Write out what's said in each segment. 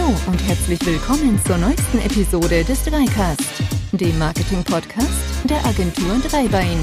Hallo und herzlich willkommen zur neuesten Episode des Dreicast, dem Marketing-Podcast der Agentur Dreibein.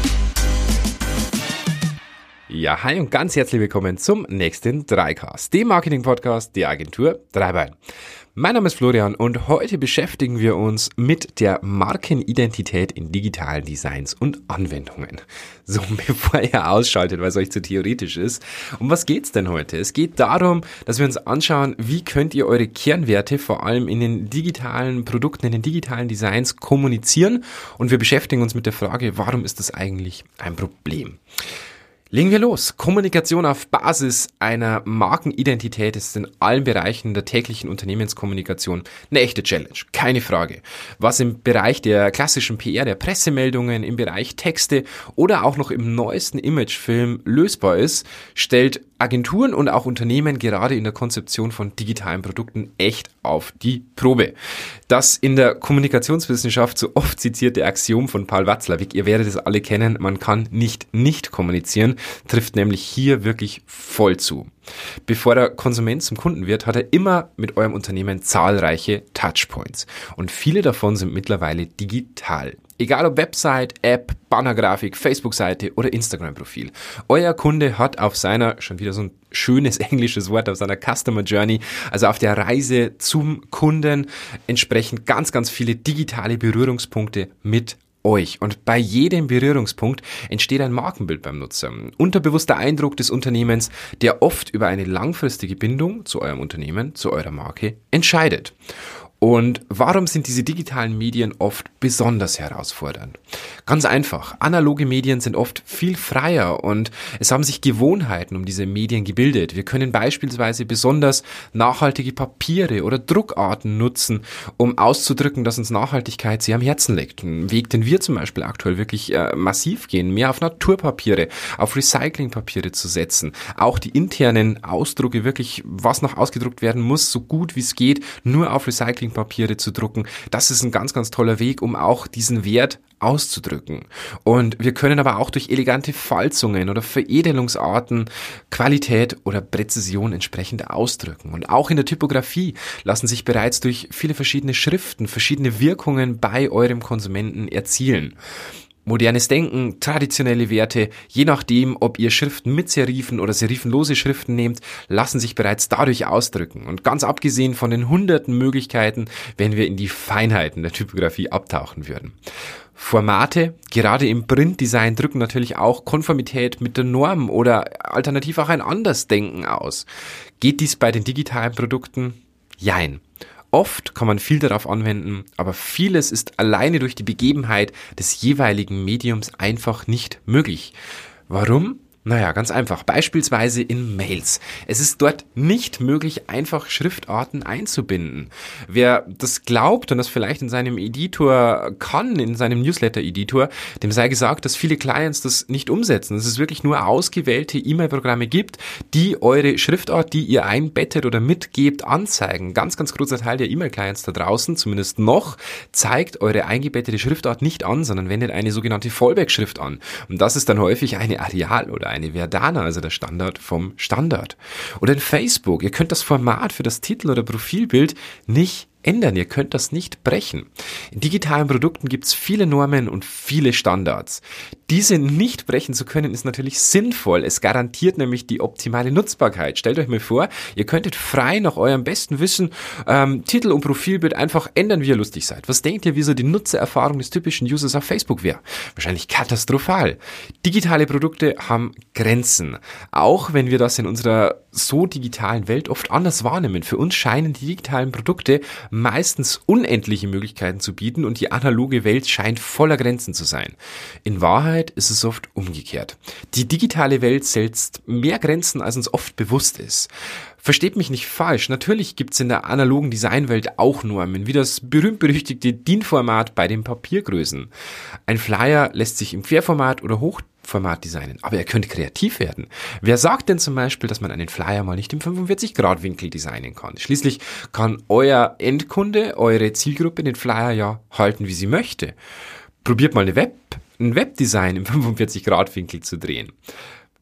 Ja, hi und ganz herzlich willkommen zum nächsten Dreicast, dem Marketing-Podcast der Agentur Dreibein. Mein Name ist Florian und heute beschäftigen wir uns mit der Markenidentität in digitalen Designs und Anwendungen. So, bevor ihr ausschaltet, weil es euch zu theoretisch ist. Um was geht's denn heute? Es geht darum, dass wir uns anschauen, wie könnt ihr eure Kernwerte vor allem in den digitalen Produkten, in den digitalen Designs kommunizieren, und wir beschäftigen uns mit der Frage, warum ist das eigentlich ein Problem? Legen wir los. Kommunikation auf Basis einer Markenidentität ist in allen Bereichen der täglichen Unternehmenskommunikation eine echte Challenge, keine Frage. Was im Bereich der klassischen PR, der Pressemeldungen, im Bereich Texte oder auch noch im neuesten Imagefilm lösbar ist, stellt Agenturen und auch Unternehmen gerade in der Konzeption von digitalen Produkten echt auf die Probe. Das in der Kommunikationswissenschaft so oft zitierte Axiom von Paul Watzlawick, ihr werdet es alle kennen, man kann nicht kommunizieren, trifft nämlich hier wirklich voll zu. Bevor der Konsument zum Kunden wird, hat er immer mit eurem Unternehmen zahlreiche Touchpoints. Und viele davon sind mittlerweile digital. Egal ob Website, App, Bannergrafik, Facebook-Seite oder Instagram-Profil. Euer Kunde hat auf seiner, schon wieder so ein schönes englisches Wort, auf seiner Customer Journey, also auf der Reise zum Kunden, entsprechend ganz viele digitale Berührungspunkte mit euch. Und bei jedem Berührungspunkt entsteht ein Markenbild beim Nutzer. Ein unterbewusster Eindruck des Unternehmens, der oft über eine langfristige Bindung zu eurem Unternehmen, zu eurer Marke entscheidet. Und warum sind diese digitalen Medien oft besonders herausfordernd? Ganz einfach. Analoge Medien sind oft viel freier und es haben sich Gewohnheiten um diese Medien gebildet. Wir können beispielsweise besonders nachhaltige Papiere oder Druckarten nutzen, um auszudrücken, dass uns Nachhaltigkeit sehr am Herzen liegt. Ein Weg, den wir zum Beispiel aktuell wirklich massiv gehen, mehr auf Naturpapiere, auf Recyclingpapiere zu setzen. Auch die internen Ausdrucke wirklich, was noch ausgedruckt werden muss, so gut wie es geht, nur auf Recyclingpapiere zu drucken. Das ist ein ganz toller Weg, um auch diesen Wert auszudrücken. Und wir können aber auch durch elegante Falzungen oder Veredelungsarten Qualität oder Präzision entsprechend ausdrücken. Und auch in der Typografie lassen sich bereits durch viele verschiedene Schriften verschiedene Wirkungen bei eurem Konsumenten erzielen. Modernes Denken, traditionelle Werte, je nachdem, ob ihr Schriften mit Serifen oder serifenlose Schriften nehmt, lassen sich bereits dadurch ausdrücken. Und ganz abgesehen von den hunderten Möglichkeiten, wenn wir in die Feinheiten der Typografie abtauchen würden. Formate, gerade im Printdesign, drücken natürlich auch Konformität mit der Norm oder alternativ auch ein Andersdenken aus. Geht dies bei den digitalen Produkten? Jein. Oft kann man viel darauf anwenden, aber vieles ist alleine durch die Begebenheit des jeweiligen Mediums einfach nicht möglich. Warum? Naja, ganz einfach. Beispielsweise in Mails. Es ist dort nicht möglich, einfach Schriftarten einzubinden. Wer das glaubt und das vielleicht in seinem Editor kann, in seinem Newsletter-Editor, dem sei gesagt, dass viele Clients das nicht umsetzen. Dass es wirklich nur ausgewählte E-Mail-Programme gibt, die eure Schriftart, die ihr einbettet oder mitgebt, anzeigen. Ganz großer Teil der E-Mail-Clients da draußen, zumindest noch, zeigt eure eingebettete Schriftart nicht an, sondern wendet eine sogenannte Fallback-Schrift an. Und das ist dann häufig eine Arial oder eine Verdana, also der Standard vom Standard. Oder in Facebook, ihr könnt das Format für das Titel- oder Profilbild nicht ändern, ihr könnt das nicht brechen. In digitalen Produkten gibt es viele Normen und viele Standards. Diese nicht brechen zu können, ist natürlich sinnvoll. Es garantiert nämlich die optimale Nutzbarkeit. Stellt euch mal vor, ihr könntet frei nach eurem besten Wissen Titel und Profilbild einfach ändern, wie ihr lustig seid. Was denkt ihr, wie so die Nutzererfahrung des typischen Users auf Facebook wäre? Wahrscheinlich katastrophal. Digitale Produkte haben Grenzen. Auch wenn wir das in unserer so digitalen Welt oft anders wahrnehmen. Für uns scheinen die digitalen Produkte meistens unendliche Möglichkeiten zu bieten und die analoge Welt scheint voller Grenzen zu sein. In Wahrheit ist es oft umgekehrt. Die digitale Welt setzt mehr Grenzen, als uns oft bewusst ist. Versteht mich nicht falsch, natürlich gibt's in der analogen Designwelt auch Normen, wie das berühmt-berüchtigte DIN-Format bei den Papiergrößen. Ein Flyer lässt sich im Querformat oder Hochformat designen, aber ihr könnt kreativ werden. Wer sagt denn zum Beispiel, dass man einen Flyer mal nicht im 45-Grad-Winkel designen kann? Schließlich kann euer Endkunde, eure Zielgruppe den Flyer ja halten, wie sie möchte. Probiert mal ein Webdesign im 45-Grad-Winkel zu drehen.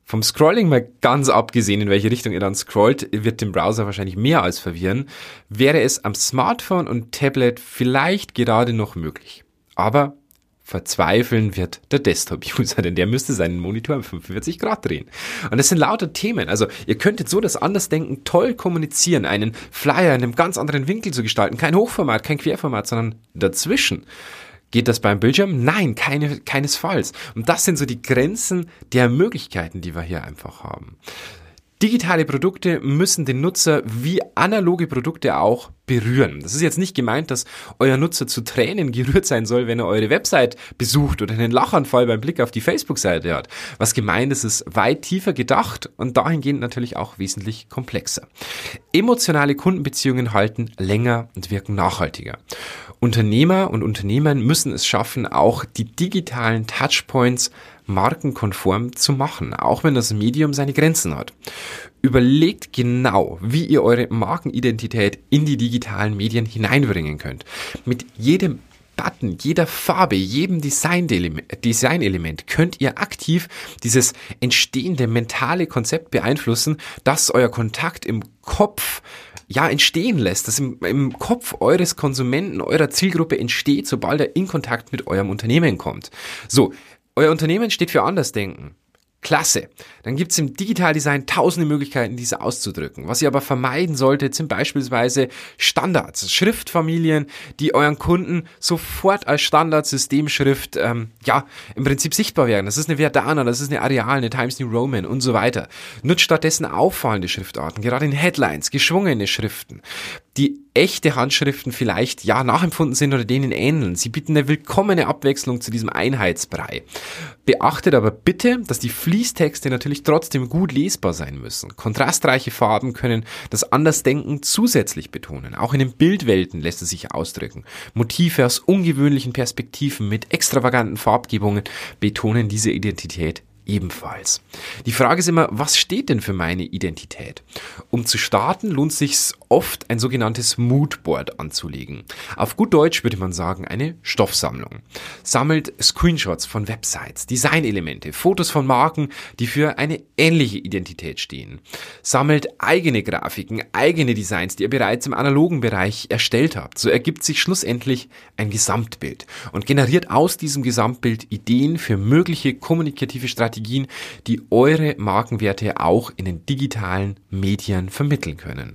Vom Scrolling mal ganz abgesehen, in welche Richtung ihr dann scrollt, wird den Browser wahrscheinlich mehr als verwirren, wäre es am Smartphone und Tablet vielleicht gerade noch möglich. Aber verzweifeln wird der Desktop-User, denn der müsste seinen Monitor um 45 Grad drehen. Und das sind lauter Themen. Also ihr könntet so das Andersdenken toll kommunizieren, einen Flyer in einem ganz anderen Winkel zu gestalten. Kein Hochformat, kein Querformat, sondern dazwischen. Geht das beim Bildschirm? Nein, keinesfalls. Und das sind so die Grenzen der Möglichkeiten, die wir hier einfach haben. Digitale Produkte müssen den Nutzer wie analoge Produkte auch berühren. Das ist jetzt nicht gemeint, dass euer Nutzer zu Tränen gerührt sein soll, wenn er eure Website besucht oder einen Lachanfall beim Blick auf die Facebook-Seite hat. Was gemeint ist, ist weit tiefer gedacht und dahingehend natürlich auch wesentlich komplexer. Emotionale Kundenbeziehungen halten länger und wirken nachhaltiger. Unternehmer und Unternehmen müssen es schaffen, auch die digitalen Touchpoints markenkonform zu machen, auch wenn das Medium seine Grenzen hat. Überlegt genau, wie ihr eure Markenidentität in die digitalen Medien hineinbringen könnt. Mit jedem Button, jeder Farbe, jedem Designelement könnt ihr aktiv dieses entstehende mentale Konzept beeinflussen, das euer Kontakt im Kopf entstehen lässt, das im Kopf eures Konsumenten, eurer Zielgruppe entsteht, sobald er in Kontakt mit eurem Unternehmen kommt. So, euer Unternehmen steht für Andersdenken. Klasse. Dann gibt's im Digitaldesign tausende Möglichkeiten, diese auszudrücken. Was ihr aber vermeiden solltet, sind beispielsweise Standards, Schriftfamilien, die euren Kunden sofort als Standardsystemschrift im Prinzip sichtbar werden. Das ist eine Verdana, das ist eine Arial, eine Times New Roman und so weiter. Nutzt stattdessen auffallende Schriftarten, gerade in Headlines, geschwungene Schriften, die echte Handschriften vielleicht nachempfunden sind oder denen ähneln. Sie bieten eine willkommene Abwechslung zu diesem Einheitsbrei. Beachtet aber bitte, dass die Fließtexte natürlich trotzdem gut lesbar sein müssen. Kontrastreiche Farben können das Andersdenken zusätzlich betonen. Auch in den Bildwelten lässt es sich ausdrücken. Motive aus ungewöhnlichen Perspektiven mit extravaganten Farbgebungen betonen diese Identität ebenfalls. Die Frage ist immer, was steht denn für meine Identität? Um zu starten, lohnt es sich oft, ein sogenanntes Moodboard anzulegen. Auf gut Deutsch würde man sagen, eine Stoffsammlung. Sammelt Screenshots von Websites, Designelemente, Fotos von Marken, die für eine ähnliche Identität stehen. Sammelt eigene Grafiken, eigene Designs, die ihr bereits im analogen Bereich erstellt habt. So ergibt sich schlussendlich ein Gesamtbild und generiert aus diesem Gesamtbild Ideen für mögliche kommunikative Strategien, die eure Markenwerte auch in den digitalen Medien vermitteln können.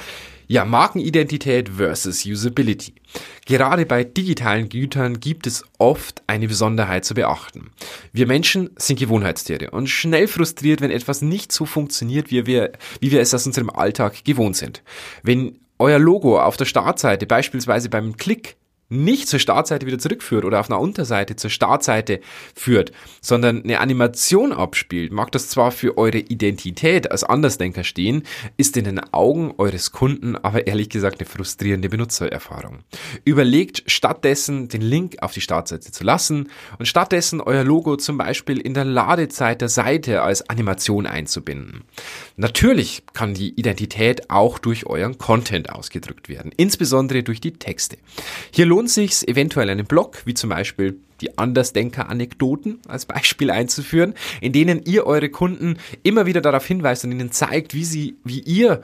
Ja, Markenidentität versus Usability. Gerade bei digitalen Gütern gibt es oft eine Besonderheit zu beachten. Wir Menschen sind Gewohnheitstiere und schnell frustriert, wenn etwas nicht so funktioniert, wie wir es aus unserem Alltag gewohnt sind. Wenn euer Logo auf der Startseite beispielsweise beim Klick nicht zur Startseite wieder zurückführt oder auf einer Unterseite zur Startseite führt, sondern eine Animation abspielt, mag das zwar für eure Identität als Andersdenker stehen, ist in den Augen eures Kunden aber ehrlich gesagt eine frustrierende Benutzererfahrung. Überlegt stattdessen, den Link auf die Startseite zu lassen und stattdessen euer Logo zum Beispiel in der Ladezeit der Seite als Animation einzubinden. Natürlich kann die Identität auch durch euren Content ausgedrückt werden, insbesondere durch die Texte. Hier lohnt sich eventuell einen Blog, wie zum Beispiel die Andersdenker-Anekdoten als Beispiel einzuführen, in denen ihr eure Kunden immer wieder darauf hinweist und ihnen zeigt, wie ihr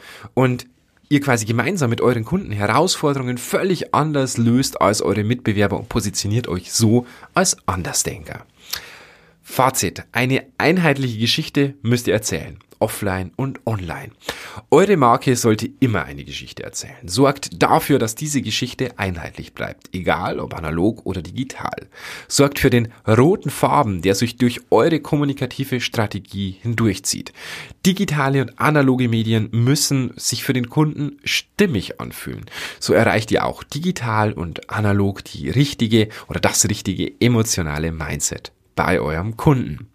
quasi gemeinsam mit euren Kunden Herausforderungen völlig anders löst als eure Mitbewerber und positioniert euch so als Andersdenker. Fazit: Eine einheitliche Geschichte müsst ihr erzählen. Offline und online. Eure Marke sollte immer eine Geschichte erzählen. Sorgt dafür, dass diese Geschichte einheitlich bleibt, egal ob analog oder digital. Sorgt für den roten Faden, der sich durch eure kommunikative Strategie hindurchzieht. Digitale und analoge Medien müssen sich für den Kunden stimmig anfühlen. So erreicht ihr auch digital und analog das richtige emotionale Mindset bei eurem Kunden.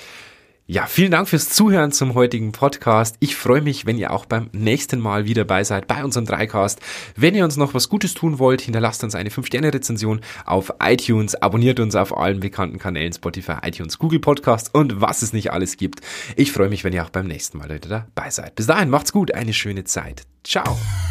Ja, vielen Dank fürs Zuhören zum heutigen Podcast. Ich freue mich, wenn ihr auch beim nächsten Mal wieder dabei seid bei unserem Dreicast. Wenn ihr uns noch was Gutes tun wollt, hinterlasst uns eine 5-Sterne-Rezension auf iTunes, abonniert uns auf allen bekannten Kanälen, Spotify, iTunes, Google Podcasts und was es nicht alles gibt. Ich freue mich, wenn ihr auch beim nächsten Mal wieder dabei seid. Bis dahin, macht's gut, eine schöne Zeit. Ciao.